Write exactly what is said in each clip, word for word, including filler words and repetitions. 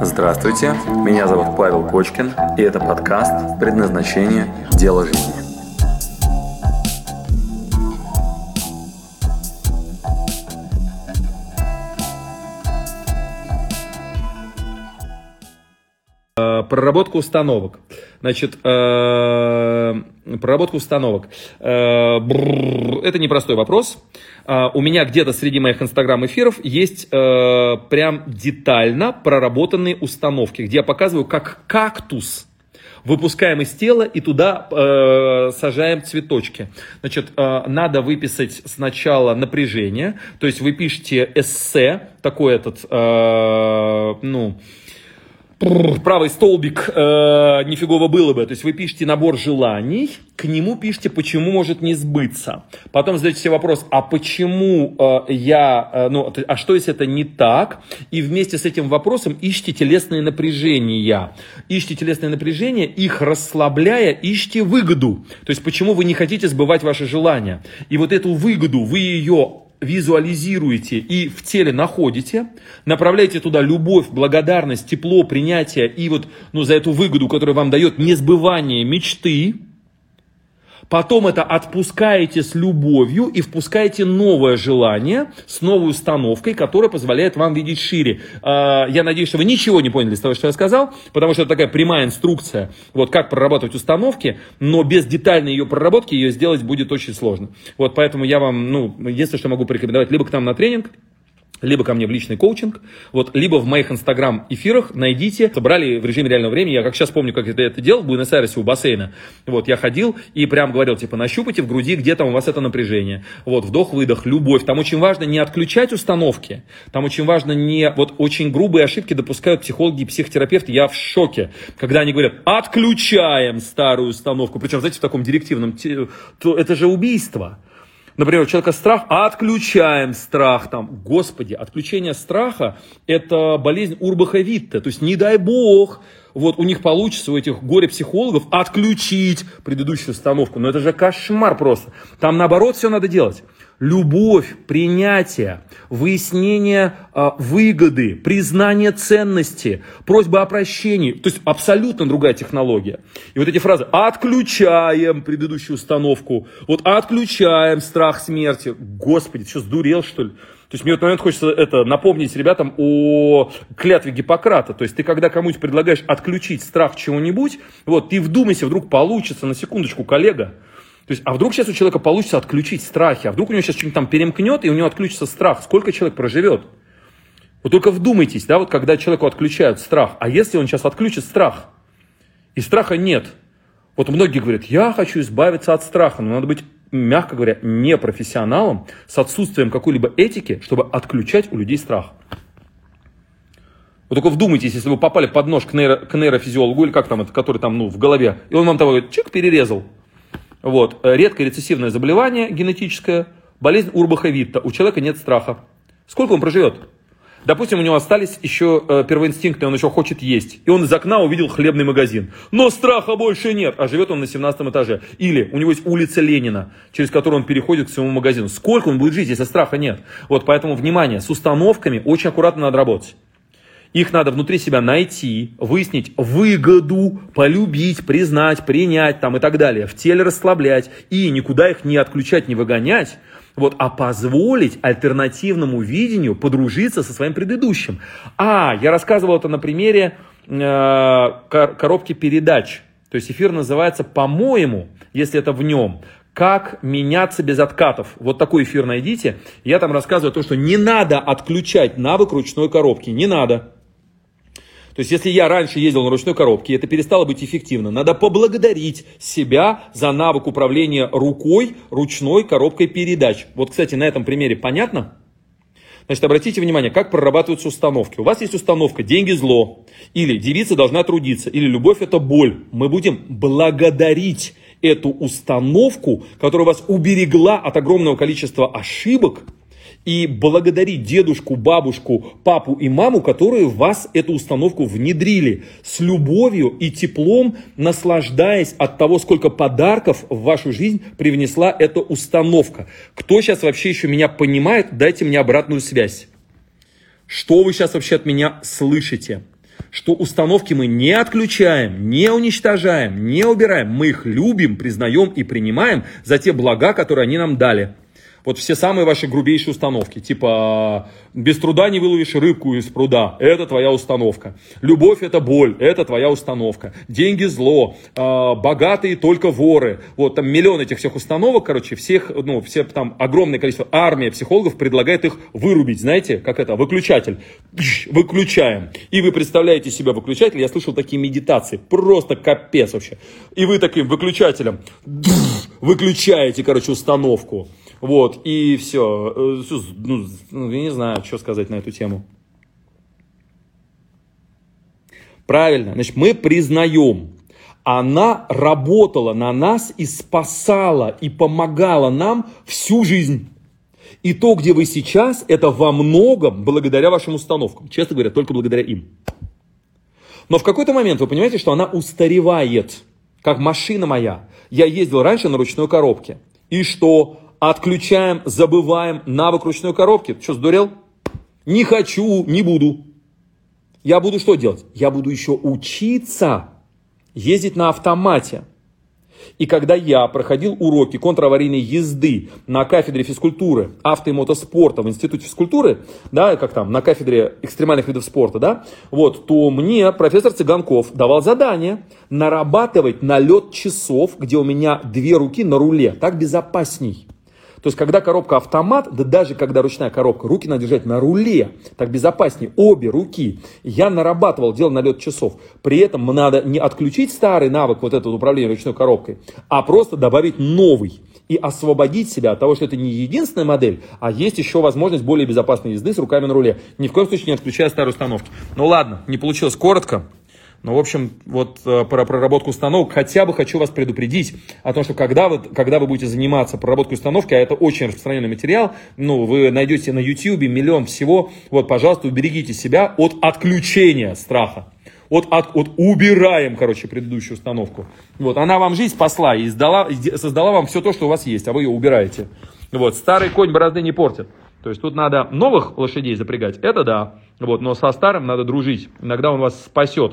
Здравствуйте, меня зовут Павел Кочкин, и это подкаст «Предназначение. Дело жизни». Проработка установок. Значит, проработка установок. Это непростой вопрос. У меня где-то среди моих инстаграм-эфиров есть прям детально проработанные установки, где я показываю, как кактус выпускаем из тела и туда э, сажаем цветочки. Значит, э, надо выписать сначала напряжение, то есть вы пишете эссе, такой этот, э, ну... правый столбик, э, нифигово было бы. То есть вы пишете набор желаний, к нему пишите, почему может не сбыться. Потом задаете себе вопрос, а почему э, я, э, ну, а что если это не так? И вместе с этим вопросом ищите телесные напряжения. Ищите телесные напряжения, их расслабляя, ищите выгоду. То есть почему вы не хотите сбывать ваши желания. И вот эту выгоду, вы ее визуализируете и в теле находите, направляете туда любовь, благодарность, тепло, принятие и вот, ну, за эту выгоду, которую вам дает несбывание мечты. Потом это отпускаете с любовью и впускаете новое желание с новой установкой, которая позволяет вам видеть шире. Я надеюсь, что вы ничего не поняли из того, что я сказал, потому что это такая прямая инструкция, вот как прорабатывать установки, но без детальной ее проработки ее сделать будет очень сложно. Вот поэтому я вам, ну, единственное, что могу порекомендовать, либо к нам на тренинг, либо ко мне в личный коучинг, вот, либо в моих инстаграм-эфирах найдите, собрали в режиме реального времени, я как сейчас помню, как это, это делал в Буэнос-Айресе у бассейна, вот, я ходил и прям говорил, типа, нащупайте в груди, где там у вас это напряжение, вот, вдох-выдох, любовь, там очень важно не отключать установки, там очень важно не, вот, очень грубые ошибки допускают психологи и психотерапевты, я в шоке, когда они говорят, отключаем старую установку, причем, знаете, в таком директивном, то это же убийство. Например, у человека страх, а отключаем страх там. Господи, отключение страха – это болезнь Урбаха Витте. То есть, не дай бог, вот у них получится, у этих горе-психологов, отключить предыдущую установку. Но это же кошмар просто. Там наоборот все надо делать. Любовь, принятие, выяснение э, выгоды, признание ценности, просьба о прощении. То есть абсолютно другая технология. И вот эти фразы «отключаем предыдущую установку», вот «отключаем страх смерти». Господи, ты что, сдурел, что ли? То есть мне в этот момент хочется это, напомнить ребятам о клятве Гиппократа. То есть ты когда кому-нибудь предлагаешь отключить страх чего-нибудь, вот ты вдумайся, вдруг получится, на секундочку, коллега. То есть, а вдруг сейчас у человека получится отключить страхи, а вдруг у него сейчас что-нибудь там перемкнет, и у него отключится страх. Сколько человек проживет? Вот только вдумайтесь, да, вот когда человеку отключают страх, а если он сейчас отключит страх, и страха нет? Вот многие говорят, я хочу избавиться от страха, но надо быть, мягко говоря, непрофессионалом, с отсутствием какой-либо этики, чтобы отключать у людей страх. Вот только вдумайтесь, если вы попали под нож к, нейро, к нейрофизиологу, или как там это, который там, ну, в голове, и он вам там говорит, чик, перерезал. Вот, редкое рецессивное заболевание генетическое, болезнь Урбаха Витте, у человека нет страха. Сколько он проживет? Допустим, у него остались еще э, первоинстинкты, он еще хочет есть. И он из окна увидел хлебный магазин. Но страха больше нет, а живет он на семнадцатом этаже. Или у него есть улица Ленина, через которую он переходит к своему магазину. Сколько он будет жить, если страха нет? Вот, поэтому, внимание, с установками очень аккуратно надо работать. Их надо внутри себя найти, выяснить выгоду, полюбить, признать, принять там и так далее. В теле расслаблять и никуда их не отключать, не выгонять. Вот, а позволить альтернативному видению подружиться со своим предыдущим. А, я рассказывал это на примере э, коробки передач. То есть эфир называется, по-моему, если это в нем, «Как меняться без откатов». Вот такой эфир найдите. Я там рассказываю то, что не надо отключать навык ручной коробки. Не надо. То есть, если я раньше ездил на ручной коробке, и это перестало быть эффективно, надо поблагодарить себя за навык управления рукой, ручной коробкой передач. Вот, кстати, на этом примере понятно? Значит, обратите внимание, как прорабатываются установки. У вас есть установка «деньги – зло», или «девица должна трудиться», или «любовь – это боль». Мы будем благодарить эту установку, которая вас уберегла от огромного количества ошибок, и благодарить дедушку, бабушку, папу и маму, которые в вас эту установку внедрили с любовью и теплом, наслаждаясь от того, сколько подарков в вашу жизнь привнесла эта установка. Кто сейчас вообще еще меня понимает, дайте мне обратную связь. Что вы сейчас вообще от меня слышите? что установки мы не отключаем, не уничтожаем, не убираем. Мы их любим, признаем и принимаем за те блага, которые они нам дали. Вот все самые ваши грубейшие установки, типа без труда не выловишь рыбку из пруда, это твоя установка. Любовь это боль, это твоя установка. Деньги зло, э, богатые только воры. Вот там миллион этих всех установок, короче, всех, ну, все там огромное количество, армия психологов предлагает их вырубить, знаете, как это, выключатель. Выключаем. И вы представляете себя выключатель, я слышал такие медитации, просто капец вообще. И вы таким выключателем выключаете, короче, установку. Вот, и все. Ну, я не знаю, что сказать на эту тему. Правильно, значит, мы признаем, она работала на нас и спасала, и помогала нам всю жизнь. И то, где вы сейчас, это во многом благодаря вашим установкам. Честно говоря, только благодаря им. Но в какой-то момент вы понимаете, что она устаревает, как машина моя. Я ездил раньше на ручной коробке. И что? Отключаем, забываем навык ручной коробки. Ты что, сдурел? Не хочу, не буду. Я буду что делать? Я буду еще учиться ездить на автомате. И когда я проходил уроки контраварийной езды на кафедре физкультуры, авто и мотоспорта в институте физкультуры, да, как там, на кафедре экстремальных видов спорта, да, вот, то мне профессор Цыганков давал задание нарабатывать налет часов, где у меня две руки на руле. Так безопасней. То есть, когда коробка автомат, да даже когда ручная коробка, руки надо держать на руле, так безопаснее, обе руки. Я нарабатывал, делал налет часов. При этом надо не отключить старый навык вот этого управления ручной коробкой, а просто добавить новый. И освободить себя от того, что это не единственная модель, а есть еще возможность более безопасной езды с руками на руле. Ни в коем случае не отключая старые установки. Ну ладно, не получилось коротко. Ну, в общем, вот про проработку установок хотя бы хочу вас предупредить о том, что когда вы, когда вы будете заниматься проработкой установки, а это очень распространенный материал, ну, вы найдете на YouTube миллион всего, вот, пожалуйста, уберегите себя от отключения страха. От, от, от убираем, короче, предыдущую установку. Вот, она вам жизнь спасла и издала, создала вам все то, что у вас есть, а вы ее убираете. Вот, старый конь борозды не портит. То есть тут надо новых лошадей запрягать, это да, вот, но со старым надо дружить, иногда он вас спасет.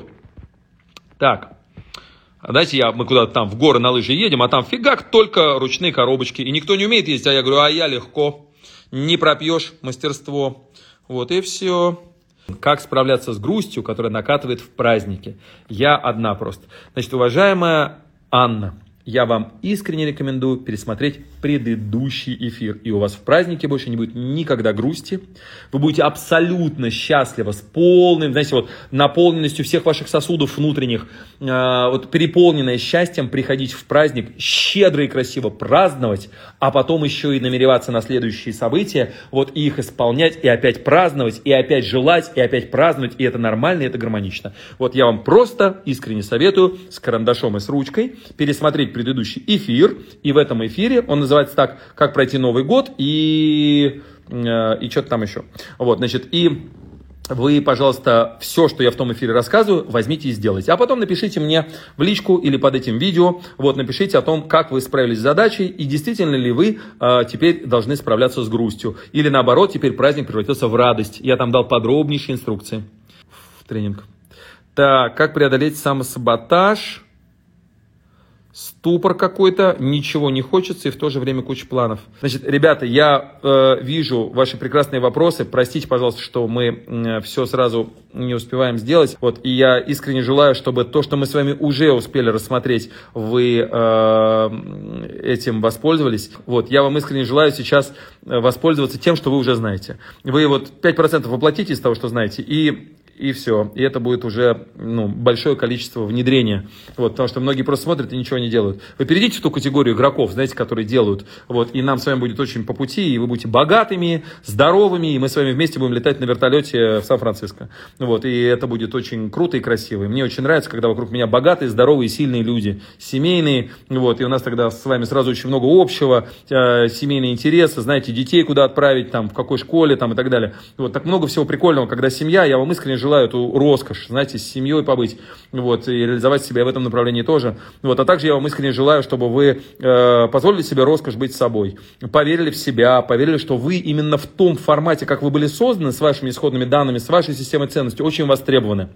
Так, знаете, я, мы куда-то там в горы на лыжи едем, а там фигак только ручные коробочки. И никто не умеет ездить, а я говорю, а я легко. Не пропьешь мастерство. Вот и все. Как справляться с грустью, которая накатывает в празднике? Я одна просто. Значит, уважаемая Анна, я вам искренне рекомендую пересмотреть предыдущий эфир. И у вас в празднике больше не будет никогда грусти. Вы будете абсолютно счастливы, с полным, знаете, вот наполненностью всех ваших сосудов внутренних, э, вот переполненное счастьем приходить в праздник, щедро и красиво праздновать, а потом еще и намереваться на следующие события, вот и их исполнять, и опять праздновать, и опять желать, и опять праздновать, и это нормально, и это гармонично. Вот я вам просто искренне советую с карандашом и с ручкой пересмотреть предыдущий эфир, и в этом эфире, он называется так, как пройти Новый год, и, э, и что-то там еще. Вот, значит, и вы, пожалуйста, все, что я в том эфире рассказываю, возьмите и сделайте. А потом напишите мне в личку или под этим видео, вот, напишите о том, как вы справились с задачей, и действительно ли вы э, теперь должны справляться с грустью. Или наоборот, теперь праздник превратился в радость. Я там дал подробнейшие инструкции в тренинг. Так, как преодолеть самосаботаж? Ступор какой-то, ничего не хочется и в то же время куча планов. Значит, ребята, я э, вижу ваши прекрасные вопросы. Простите, пожалуйста, что мы э, все сразу не успеваем сделать. Вот, и я искренне желаю, чтобы то, что мы с вами уже успели рассмотреть, вы э, этим воспользовались. Вот, я вам искренне желаю сейчас воспользоваться тем, что вы уже знаете. Вы вот пять процентов воплотите из того, что знаете, и... И все. И это будет уже ну, большое количество внедрения. Вот, потому что многие просто смотрят и ничего не делают. Вы перейдите в ту категорию игроков, знаете, которые делают. Вот, и нам с вами будет очень по пути. И вы будете богатыми, здоровыми. И мы с вами вместе будем летать на вертолете в Сан-Франциско. Вот, и это будет очень круто и красиво. И мне очень нравится, когда вокруг меня богатые, здоровые, сильные люди. Семейные. Вот, и у нас тогда с вами сразу очень много общего. Э, семейные интересы. Знаете, детей куда отправить, там, в какой школе там, и так далее. Вот, так много всего прикольного, когда семья. Я вам искренне желаю желаю эту роскошь, знаете, с семьей побыть, вот, и реализовать себя в этом направлении тоже. Вот, а также я вам искренне желаю, чтобы вы э, позволили себе роскошь быть собой, поверили в себя, поверили, что вы именно в том формате, как вы были созданы, с вашими исходными данными, с вашей системой ценностей, очень востребованы.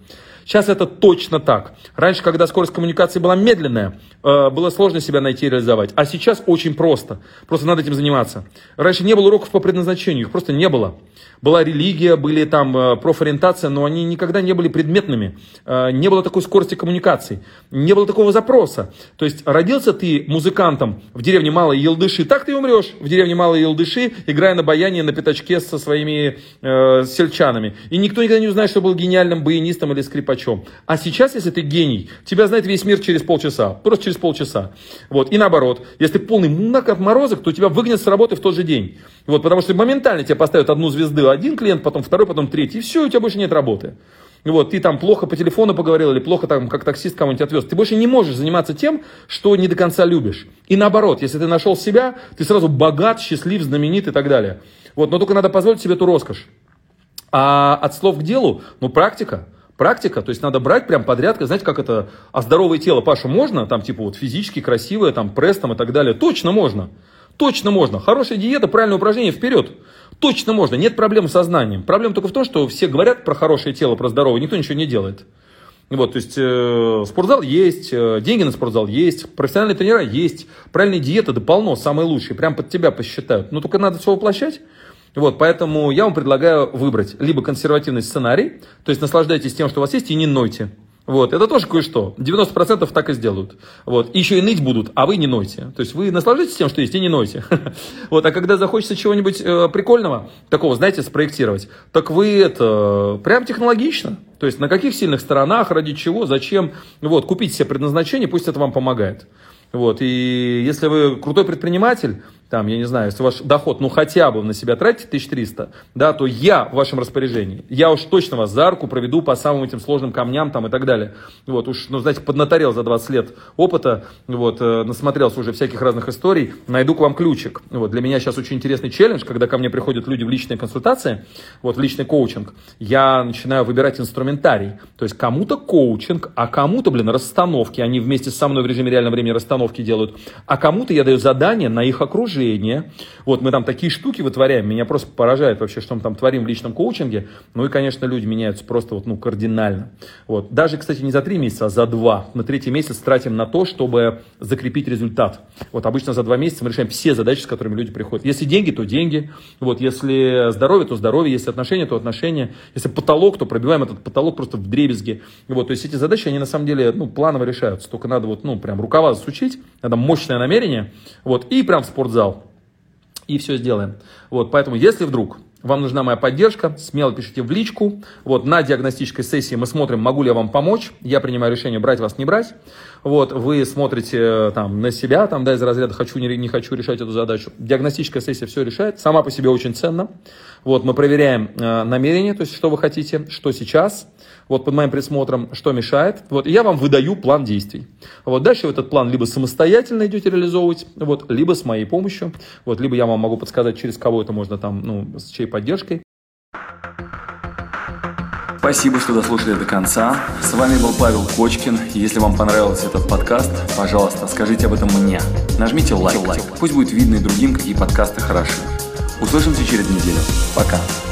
Сейчас это точно так. Раньше, когда скорость коммуникации была медленная, было сложно себя найти и реализовать. А сейчас очень просто. Просто надо этим заниматься. Раньше не было уроков по предназначению, их просто не было. Была религия, были там профориентация, но они никогда не были предметными. Не было такой скорости коммуникации. Не было такого запроса. То есть родился ты музыкантом в деревне Малые Елдыши, так ты и умрешь в деревне Малые Елдыши, играя на баяне, на пятачке со своими э, сельчанами. И никто никогда не узнает, что был гениальным баянистом или скрипачом. А сейчас, если ты гений, тебя знает весь мир через полчаса. Просто через полчаса. Вот. И наоборот, если ты полный мудак отморозок, то тебя выгонят с работы в тот же день. Вот. Потому что моментально тебе поставят одну звезду, один клиент, потом второй, потом третий. И все, у тебя больше нет работы. Вот, ты там плохо по телефону поговорил или плохо там, как таксист кого-нибудь отвез. Ты больше не можешь заниматься тем, что не до конца любишь. И наоборот, если ты нашел себя, ты сразу богат, счастлив, знаменит и так далее. Вот, но только надо позволить себе эту роскошь. А от слов к делу, ну, практика. Практика, то есть надо брать прям подряд, знаете, как это, а здоровое тело, Паша, можно? Там типа вот физически красивое, там пресс там и так далее. Точно можно. Точно можно. Хорошая диета, правильное упражнение, вперед. Точно можно. Нет проблем с сознанием. Проблема только в том, что все говорят про хорошее тело, про здоровое, никто ничего не делает. Вот, то есть э, спортзал есть, э, деньги на спортзал есть, профессиональные тренера есть, правильные диеты, да полно, самые лучшие, прям под тебя посчитают. Но только надо все воплощать. Вот, поэтому я вам предлагаю выбрать либо консервативный сценарий, то есть наслаждайтесь тем, что у вас есть, и не нойте. Вот, это тоже кое-что. девяносто процентов так и сделают. Вот, и еще и ныть будут, а вы не нойте. То есть вы наслаждайтесь тем, что есть, и не нойте. Вот, а когда захочется чего-нибудь э, прикольного, такого, знаете, спроектировать, так вы это прям технологично. То есть на каких сильных сторонах, ради чего, зачем. Вот, купите себе предназначение, пусть это вам помогает. Вот, и если вы крутой предприниматель, там, я не знаю, если ваш доход, ну, хотя бы на себя тратите тысяча триста, да, то я в вашем распоряжении. Я уж точно вас за руку проведу по самым этим сложным камням там и так далее. Вот, уж, ну, знаете, поднаторел за двадцать лет опыта, вот, э, насмотрелся уже всяких разных историй, найду к вам ключик. Вот, для меня сейчас очень интересный челлендж, когда ко мне приходят люди в личные консультации, вот, в личный коучинг, я начинаю выбирать инструментарий. То есть кому-то коучинг, а кому-то, блин, расстановки, они вместе со мной в режиме реального времени расстановки делают, а кому-то я даю задание на их окружение. Вот мы там такие штуки вытворяем, меня просто поражает вообще, что мы там творим в личном коучинге. Ну и, конечно, люди меняются просто вот, ну, кардинально. Вот. Даже, кстати, не за три месяца, а за два. На третий месяц тратим на то, чтобы закрепить результат. Вот обычно за два месяца мы решаем все задачи, с которыми люди приходят. Если деньги, то деньги. Вот. Если здоровье, то здоровье. Если отношения, то отношения. Если потолок, то пробиваем этот потолок просто вдребезги. Вот. То есть эти задачи, они на самом деле, ну, планово решаются. Только надо вот, ну, прям рукава засучить, надо мощное намерение. Вот. И прям в спортзал. И все сделаем. Вот, поэтому, если вдруг вам нужна моя поддержка, смело пишите в личку. Вот, на диагностической сессии мы смотрим, могу ли я вам помочь. Я принимаю решение, брать вас, не брать. Вот, вы смотрите там, на себя, там, да, из разряда «хочу, не, не хочу решать эту задачу». Диагностическая сессия все решает. Сама по себе очень ценна. Вот, мы проверяем э, намерение, то есть, что вы хотите, что сейчас. Вот, под моим присмотром, что мешает. Вот, и я вам выдаю план действий. Вот, дальше вы этот план либо самостоятельно идете реализовывать, вот, либо с моей помощью. Вот, либо я вам могу подсказать, через кого это можно там, ну, с чьей поддержкой. Спасибо, что дослушали до конца. С вами был Павел Кочкин. Если вам понравился этот подкаст, пожалуйста, скажите об этом мне. Нажмите лайк. Пусть будет видно и другим, какие подкасты хороши. Услышимся через неделю. Пока.